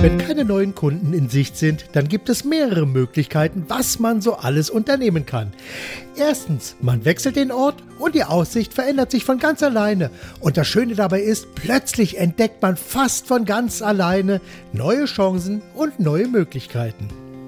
Wenn keine neuen Kunden in Sicht sind, dann gibt es mehrere Möglichkeiten, was man so alles unternehmen kann. Erstens, man wechselt den Ort und die Aussicht verändert sich von ganz alleine. Und das Schöne dabei ist, plötzlich entdeckt man fast von ganz alleine neue Chancen und neue Möglichkeiten.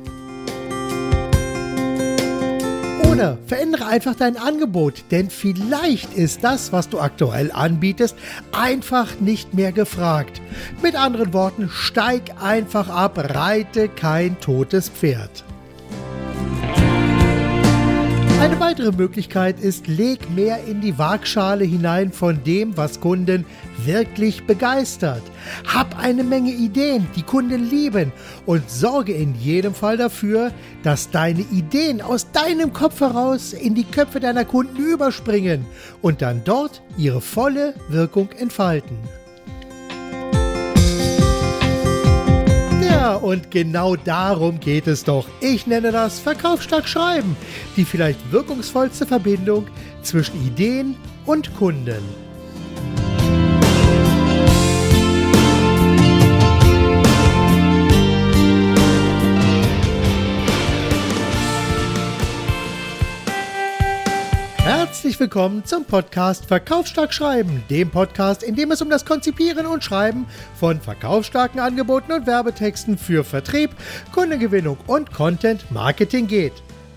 Oder verändere einfach dein Angebot, denn vielleicht ist das, was du aktuell anbietest, einfach nicht mehr gefragt. Mit anderen Worten, steig einfach ab, reite kein totes Pferd. Eine weitere Möglichkeit ist, leg mehr in die Waagschale hinein von dem, was Kunden wirklich begeistert. Hab eine Menge Ideen, die Kunden lieben und sorge in jedem Fall dafür, dass deine Ideen aus deinem Kopf heraus in die Köpfe deiner Kunden überspringen und dann dort ihre volle Wirkung entfalten. Ja, und genau darum geht es doch. Ich nenne das Verkaufsstark Schreiben, die vielleicht wirkungsvollste Verbindung zwischen Ideen und Kunden. Herzlich willkommen zum Podcast Verkaufsstark Schreiben, dem Podcast, in dem es um das Konzipieren und Schreiben von verkaufsstarken Angeboten und Werbetexten für Vertrieb, Kundengewinnung und Content Marketing geht.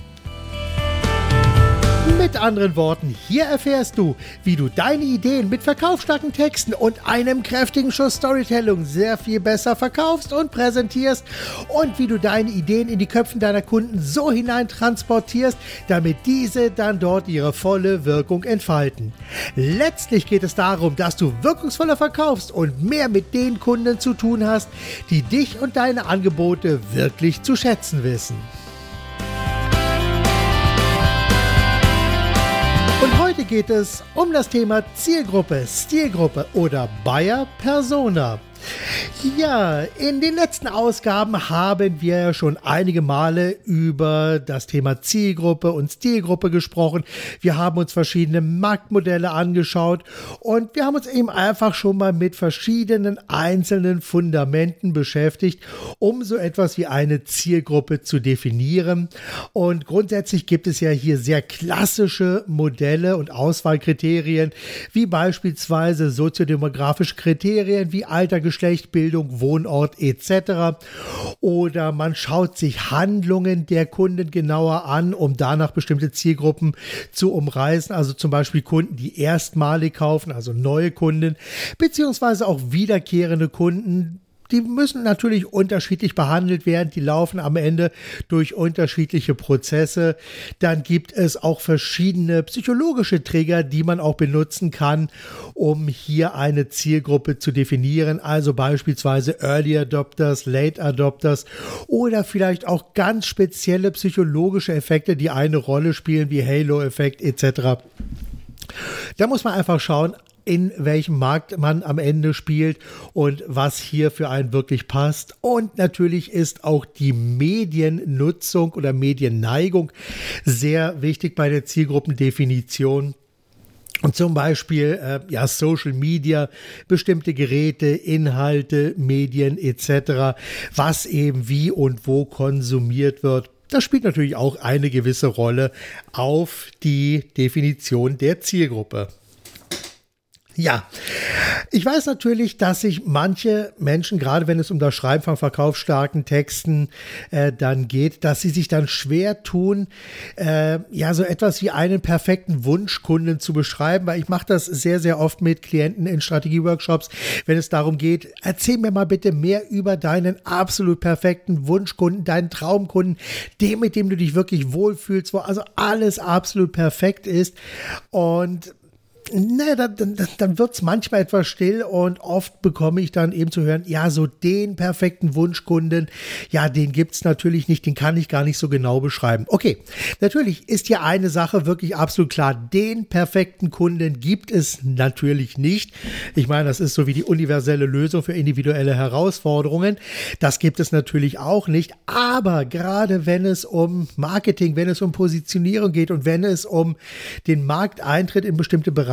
Mit anderen Worten, hier erfährst du, wie du deine Ideen mit verkaufsstarken Texten und einem kräftigen Schuss Storytelling sehr viel besser verkaufst und präsentierst und wie du deine Ideen in die Köpfe deiner Kunden so hineintransportierst, damit diese dann dort ihre volle Wirkung entfalten. Letztlich geht es darum, dass du wirkungsvoller verkaufst und mehr mit den Kunden zu tun hast, die dich und deine Angebote wirklich zu schätzen wissen. Und heute geht es um das Thema Zielgruppe, Stilgruppe oder Buyer Persona. Ja, in den letzten Ausgaben haben wir ja schon einige Male über das Thema Zielgruppe und Stilgruppe gesprochen. Wir haben uns verschiedene Marktmodelle angeschaut und wir haben uns eben einfach schon mal mit verschiedenen einzelnen Fundamenten beschäftigt, um so etwas wie eine Zielgruppe zu definieren. Und grundsätzlich gibt es ja hier sehr klassische Modelle und Auswahlkriterien, wie beispielsweise soziodemografische Kriterien wie Alter, Geschlecht, Bildung, Wohnort etc. Oder man schaut sich Handlungen der Kunden genauer an, um danach bestimmte Zielgruppen zu umreißen. Also zum Beispiel Kunden, die erstmalig kaufen, also neue Kunden, beziehungsweise auch wiederkehrende Kunden. Die müssen natürlich unterschiedlich behandelt werden, die laufen am Ende durch unterschiedliche Prozesse. Dann gibt es auch verschiedene psychologische Trigger, die man auch benutzen kann, um hier eine Zielgruppe zu definieren. Also beispielsweise Early Adopters, Late Adopters oder vielleicht auch ganz spezielle psychologische Effekte, die eine Rolle spielen, wie Halo-Effekt etc. Da muss man einfach schauen, in welchem Markt man am Ende spielt und was hier für einen wirklich passt. Und natürlich ist auch die Mediennutzung oder Medienneigung sehr wichtig bei der Zielgruppendefinition. Und zum Beispiel Social Media, bestimmte Geräte, Inhalte, Medien etc., was eben wie und wo konsumiert wird. Das spielt natürlich auch eine gewisse Rolle auf die Definition der Zielgruppe. Ja, ich weiß natürlich, dass sich manche Menschen, gerade wenn es um das Schreiben von verkaufsstarken Texten dann geht, dass sie sich dann schwer tun, so etwas wie einen perfekten Wunschkunden zu beschreiben, weil ich mache das sehr, sehr oft mit Klienten in Strategieworkshops, wenn es darum geht, erzähl mir mal bitte mehr über deinen absolut perfekten Wunschkunden, deinen Traumkunden, dem, mit dem du dich wirklich wohlfühlst, wo also alles absolut perfekt ist. Und dann wird es manchmal etwas still und oft bekomme ich dann eben zu hören, ja, so den perfekten Wunschkunden, ja, den gibt es natürlich nicht, den kann ich gar nicht so genau beschreiben. Okay, natürlich ist hier eine Sache wirklich absolut klar, den perfekten Kunden gibt es natürlich nicht. Ich meine, das ist so wie die universelle Lösung für individuelle Herausforderungen. Das gibt es natürlich auch nicht, aber gerade wenn es um Marketing, wenn es um Positionierung geht und wenn es um den Markteintritt in bestimmte Bereiche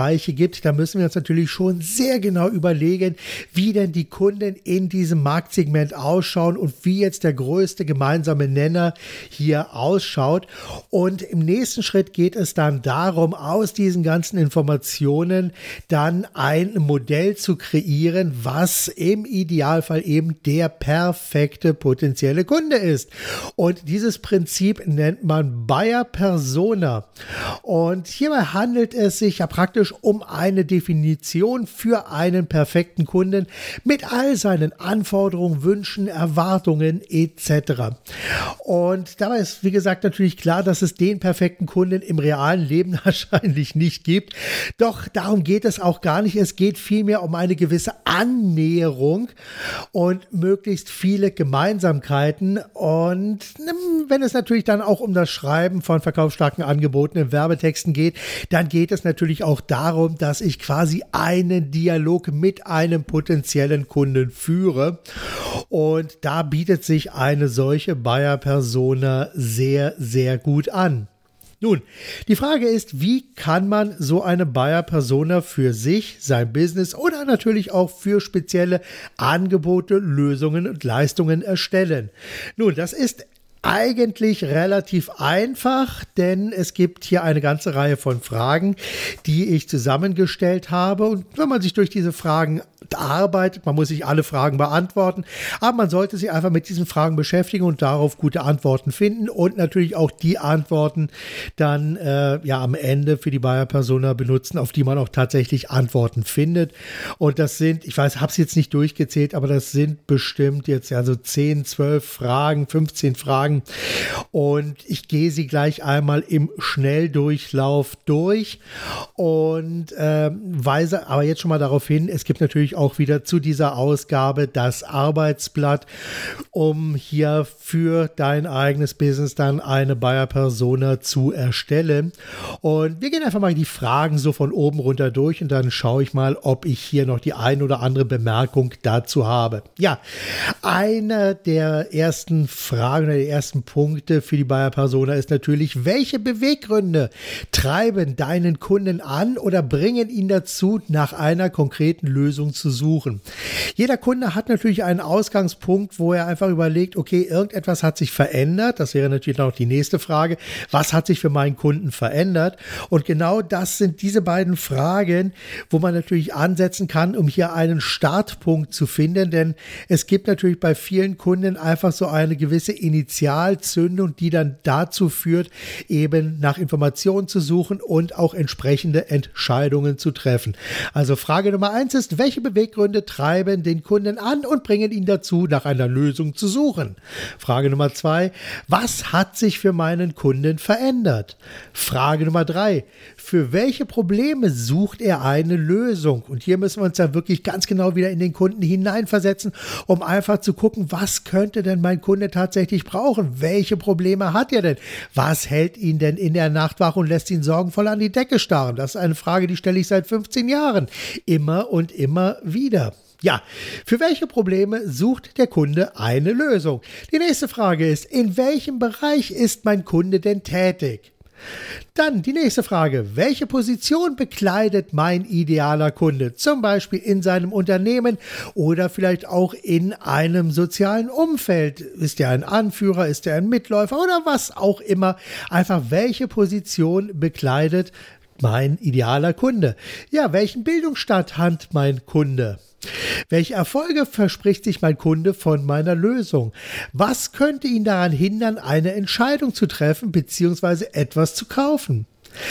Bereiche gibt, da müssen wir uns natürlich schon sehr genau überlegen, wie denn die Kunden in diesem Marktsegment ausschauen und wie jetzt der größte gemeinsame Nenner hier ausschaut. Und im nächsten Schritt geht es dann darum, aus diesen ganzen Informationen dann ein Modell zu kreieren, was im Idealfall eben der perfekte potenzielle Kunde ist. Und dieses Prinzip nennt man Buyer Persona. Und hierbei handelt es sich ja praktisch um eine Definition für einen perfekten Kunden mit all seinen Anforderungen, Wünschen, Erwartungen etc. Und dabei ist, wie gesagt, natürlich klar, dass es den perfekten Kunden im realen Leben wahrscheinlich nicht gibt. Doch darum geht es auch gar nicht. Es geht vielmehr um eine gewisse Annäherung und möglichst viele Gemeinsamkeiten. Und wenn es natürlich dann auch um das Schreiben von verkaufsstarken Angeboten in Werbetexten geht, dann geht es natürlich auch darum, dass ich quasi einen Dialog mit einem potenziellen Kunden führe. Und da bietet sich eine solche Buyer-Persona sehr, sehr gut an. Nun, die Frage ist, wie kann man so eine Buyer-Persona für sich, sein Business oder natürlich auch für spezielle Angebote, Lösungen und Leistungen erstellen? Nun, das ist eigentlich relativ einfach, denn es gibt hier eine ganze Reihe von Fragen, die ich zusammengestellt habe. Und wenn man sich durch diese Fragen arbeitet, man muss sich alle Fragen beantworten, aber man sollte sich einfach mit diesen Fragen beschäftigen und darauf gute Antworten finden und natürlich auch die Antworten dann am Ende für die Buyer-Persona benutzen, auf die man auch tatsächlich Antworten findet. Und das sind, ich weiß, habe es jetzt nicht durchgezählt, aber das sind bestimmt jetzt ja so 10, 12 Fragen, 15 Fragen. Und ich gehe sie gleich einmal im Schnelldurchlauf durch und weise aber jetzt schon mal darauf hin, es gibt natürlich auch wieder zu dieser Ausgabe das Arbeitsblatt, um hier für dein eigenes Business dann eine Buyer-Persona zu erstellen. Und wir gehen einfach mal die Fragen so von oben runter durch und dann schaue ich mal, ob ich hier noch die ein oder andere Bemerkung dazu habe. Ja, eine der ersten Fragen oder der ersten Punkte für die Buyer-Persona ist natürlich, welche Beweggründe treiben deinen Kunden an oder bringen ihn dazu, nach einer konkreten Lösung zu suchen? Jeder Kunde hat natürlich einen Ausgangspunkt, wo er einfach überlegt, okay, irgendetwas hat sich verändert. Das wäre natürlich noch die nächste Frage. Was hat sich für meinen Kunden verändert? Und genau das sind diese beiden Fragen, wo man natürlich ansetzen kann, um hier einen Startpunkt zu finden. Denn es gibt natürlich bei vielen Kunden einfach so eine gewisse Initialzündung, die dann dazu führt, eben nach Informationen zu suchen und auch entsprechende Entscheidungen zu treffen. Also Frage Nummer 1 ist, welche Beweggründe treiben den Kunden an und bringen ihn dazu, nach einer Lösung zu suchen? Frage Nummer 2, was hat sich für meinen Kunden verändert? Frage Nummer 3, für welche Probleme sucht er eine Lösung? Und hier müssen wir uns ja wirklich ganz genau wieder in den Kunden hineinversetzen, um einfach zu gucken, was könnte denn mein Kunde tatsächlich brauchen? Welche Probleme hat er denn? Was hält ihn denn in der Nacht wach und lässt ihn sorgenvoll an die Decke starren? Das ist eine Frage, die stelle ich seit 15 Jahren. Immer und immer wieder. Ja, für welche Probleme sucht der Kunde eine Lösung? Die nächste Frage ist, in welchem Bereich ist mein Kunde denn tätig? Dann die nächste Frage, welche Position bekleidet mein idealer Kunde? Zum Beispiel in seinem Unternehmen oder vielleicht auch in einem sozialen Umfeld. Ist er ein Anführer, ist er ein Mitläufer oder was auch immer? Einfach welche Position bekleidet mein idealer Kunde? Ja, welchen Bildungsstand hat mein Kunde? Welche Erfolge verspricht sich mein Kunde von meiner Lösung? Was könnte ihn daran hindern, eine Entscheidung zu treffen bzw. etwas zu kaufen?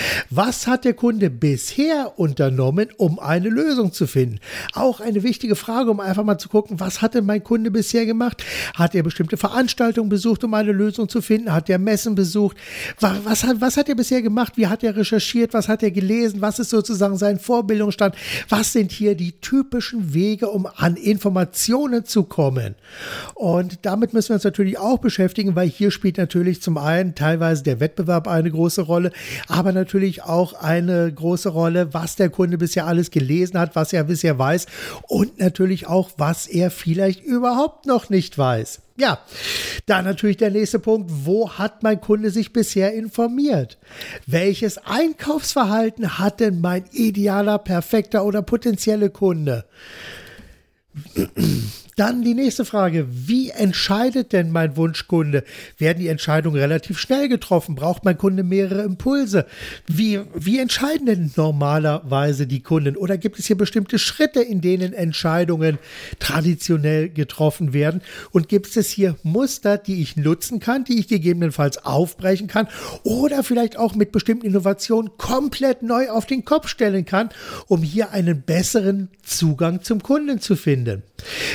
Was hat der Kunde bisher unternommen, um eine Lösung zu finden? Auch eine wichtige Frage, um einfach mal zu gucken, was hat denn mein Kunde bisher gemacht? Hat er bestimmte Veranstaltungen besucht, um eine Lösung zu finden? Hat er Messen besucht? Was hat er bisher gemacht? Wie hat er recherchiert? Was hat er gelesen? Was ist sozusagen sein Vorbildungsstand? Was sind hier die typischen Wege, um an Informationen zu kommen? Und damit müssen wir uns natürlich auch beschäftigen, weil hier spielt natürlich zum einen teilweise der Wettbewerb eine große Rolle, aber aber natürlich auch eine große Rolle, was der Kunde bisher alles gelesen hat, was er bisher weiß und natürlich auch, was er vielleicht überhaupt noch nicht weiß. Ja, dann natürlich der nächste Punkt. Wo hat mein Kunde sich bisher informiert? Welches Einkaufsverhalten hat denn mein idealer, perfekter oder potenzieller Kunde? Dann die nächste Frage, wie entscheidet denn mein Wunschkunde? Werden die Entscheidungen relativ schnell getroffen? Braucht mein Kunde mehrere Impulse? Wie entscheiden denn normalerweise die Kunden? Oder gibt es hier bestimmte Schritte, in denen Entscheidungen traditionell getroffen werden? Und gibt es hier Muster, die ich nutzen kann, die ich gegebenenfalls aufbrechen kann oder vielleicht auch mit bestimmten Innovationen komplett neu auf den Kopf stellen kann, um hier einen besseren Zugang zum Kunden zu finden?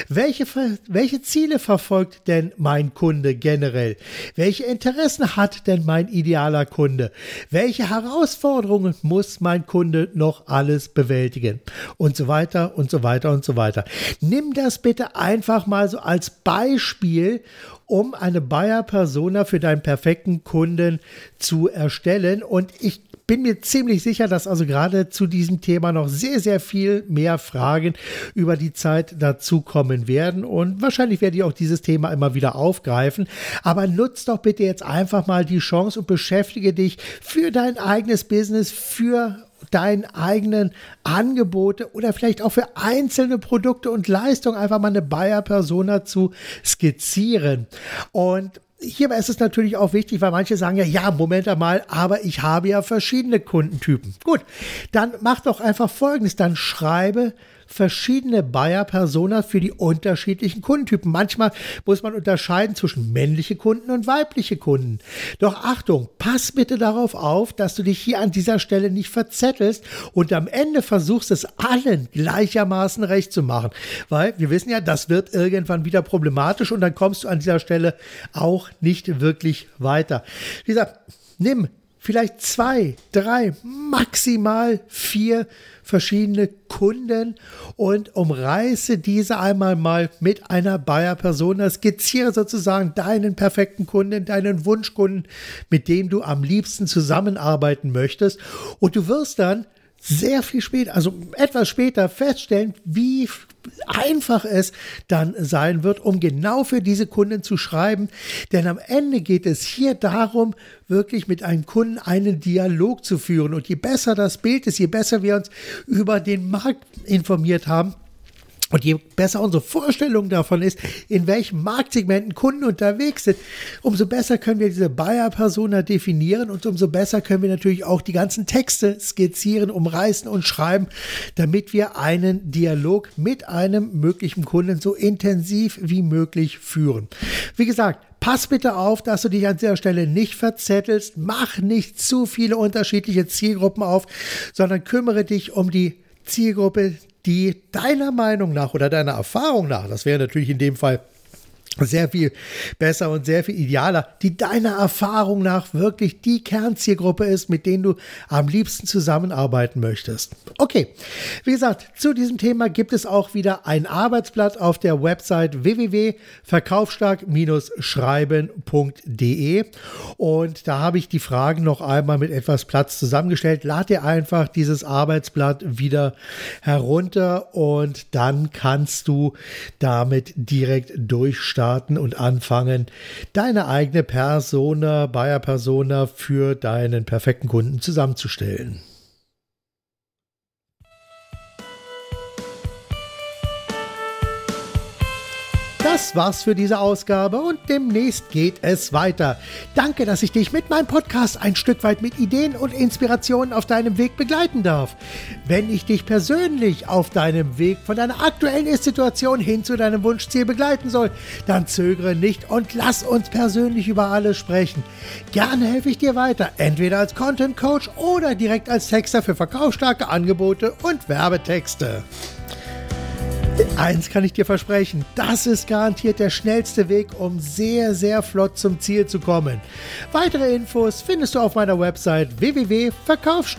Welche Ziele verfolgt denn mein Kunde generell? Welche Interessen hat denn mein idealer Kunde? Welche Herausforderungen muss mein Kunde noch alles bewältigen? Und so weiter und so weiter und so weiter. Nimm das bitte einfach mal so als Beispiel, um eine Buyer-Persona für deinen perfekten Kunden zu erstellen. Und ich bin mir ziemlich sicher, dass also gerade zu diesem Thema noch sehr, sehr viel mehr Fragen über die Zeit dazukommen werden. Und wahrscheinlich werde ich auch dieses Thema immer wieder aufgreifen. Aber nutz doch bitte jetzt einfach mal die Chance und beschäftige dich für dein eigenes Business, für deine eigenen Angebote oder vielleicht auch für einzelne Produkte und Leistungen einfach mal eine Buyer-Persona zu skizzieren. Und hierbei ist es natürlich auch wichtig, weil manche sagen ja, Moment einmal, aber ich habe ja verschiedene Kundentypen. Gut, dann mach doch einfach Folgendes, dann schreibe verschiedene Buyer-Persona für die unterschiedlichen Kundentypen. Manchmal muss man unterscheiden zwischen männliche Kunden und weibliche Kunden. Doch Achtung, pass bitte darauf auf, dass du dich hier an dieser Stelle nicht verzettelst und am Ende versuchst, es allen gleichermaßen recht zu machen. Weil wir wissen ja, das wird irgendwann wieder problematisch und dann kommst du an dieser Stelle auch nicht wirklich weiter. Wie gesagt, nimm vielleicht 2, 3, maximal 4 verschiedene Kunden und umreiße diese einmal mal mit einer Buyer-Persona. Skizziere sozusagen deinen perfekten Kunden, deinen Wunschkunden, mit dem du am liebsten zusammenarbeiten möchtest. Und du wirst dann sehr viel später, also etwas später feststellen, wie einfach es dann sein wird, um genau für diese Kunden zu schreiben. Denn am Ende geht es hier darum, wirklich mit einem Kunden einen Dialog zu führen. Und je besser das Bild ist, je besser wir uns über den Markt informiert haben, und je besser unsere Vorstellung davon ist, in welchen Marktsegmenten Kunden unterwegs sind, umso besser können wir diese Buyer-Persona definieren und umso besser können wir natürlich auch die ganzen Texte skizzieren, umreißen und schreiben, damit wir einen Dialog mit einem möglichen Kunden so intensiv wie möglich führen. Wie gesagt, pass bitte auf, dass du dich an dieser Stelle nicht verzettelst, mach nicht zu viele unterschiedliche Zielgruppen auf, sondern kümmere dich um die Zielgruppe, die deiner Meinung nach oder deiner Erfahrung nach, das wäre natürlich in dem Fall sehr viel besser und sehr viel idealer, die deiner Erfahrung nach wirklich die Kernzielgruppe ist, mit denen du am liebsten zusammenarbeiten möchtest. Okay, wie gesagt, zu diesem Thema gibt es auch wieder ein Arbeitsblatt auf der Website www.verkaufsstark-schreiben.de und da habe ich die Fragen noch einmal mit etwas Platz zusammengestellt. Lad dir einfach dieses Arbeitsblatt wieder herunter und dann kannst du damit direkt durchstarten und anfangen, deine eigene Persona, Buyer-Persona für deinen perfekten Kunden zusammenzustellen. Das war's für diese Ausgabe und demnächst geht es weiter. Danke, dass ich dich mit meinem Podcast ein Stück weit mit Ideen und Inspirationen auf deinem Weg begleiten darf. Wenn ich dich persönlich auf deinem Weg von deiner aktuellen Ist-Situation hin zu deinem Wunschziel begleiten soll, dann zögere nicht und lass uns persönlich über alles sprechen. Gerne helfe ich dir weiter, entweder als Content Coach oder direkt als Texter für verkaufsstarke Angebote und Werbetexte. Eins kann ich dir versprechen, das ist garantiert der schnellste Weg, um sehr, sehr flott zum Ziel zu kommen. Weitere Infos findest du auf meiner Website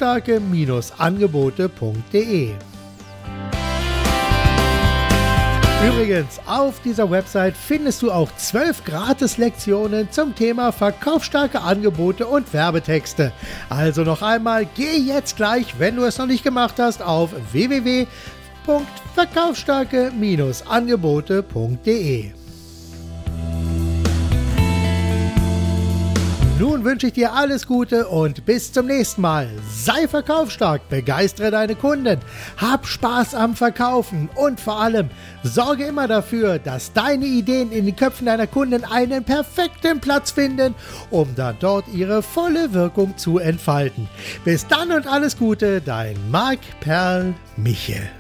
www.verkaufsstarke-angebote.de. Übrigens, auf dieser Website findest du auch 12 Gratis-Lektionen zum Thema verkaufsstarke Angebote und Werbetexte. Also noch einmal, geh jetzt gleich, wenn du es noch nicht gemacht hast, auf www.verkaufsstarke-angebote.de. Nun wünsche ich dir alles Gute und bis zum nächsten Mal. Sei verkaufsstark, begeistere deine Kunden, hab Spaß am Verkaufen und vor allem sorge immer dafür, dass deine Ideen in den Köpfen deiner Kunden einen perfekten Platz finden, um dann dort ihre volle Wirkung zu entfalten. Bis dann und alles Gute, dein Marc Perl Michel.